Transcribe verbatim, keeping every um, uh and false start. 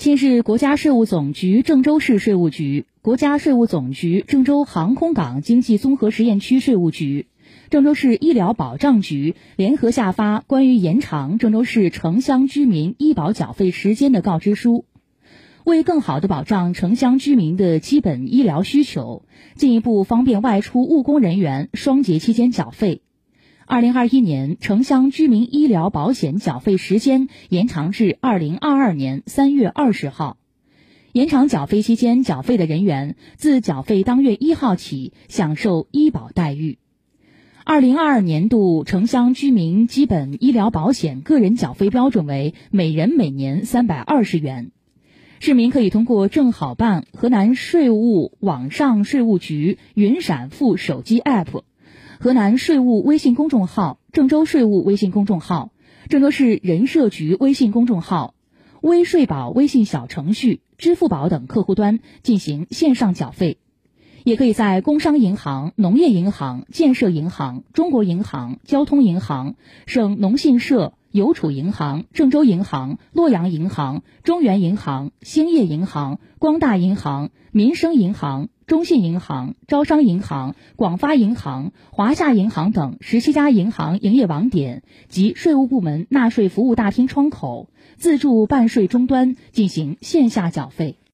近日，国家税务总局郑州市税务局、国家税务总局郑州航空港经济综合实验区税务局、郑州市医疗保障局联合下发关于延长郑州市城乡居民医保缴费时间的告知书，为更好地保障城乡居民的基本医疗需求，进一步方便外出务工人员双节期间缴费。二零二一年城乡居民医疗保险缴费时间延长至二零二二年三月二十号。延长缴费期间缴费的人员，自缴费当月一号起享受医保待遇。二零二二年度城乡居民基本医疗保险个人缴费标准为每人每年三百二十元。市民可以通过正好办河南税务网上税务局云闪付手机 App、河南税务微信公众号、郑州税务微信公众号、郑州市人社局微信公众号、微税宝微信小程序、支付宝等客户端进行线上缴费。也可以在工商银行、农业银行、建设银行、中国银行、交通银行、省农信社、邮储银行、郑州银行、洛阳银行、中原银行、兴业银行、光大银行、民生银行、中信银行、招商银行、广发银行、华夏银行等十七家银行营业网点及税务部门纳税服务大厅窗口、自助办税终端进行线下缴费。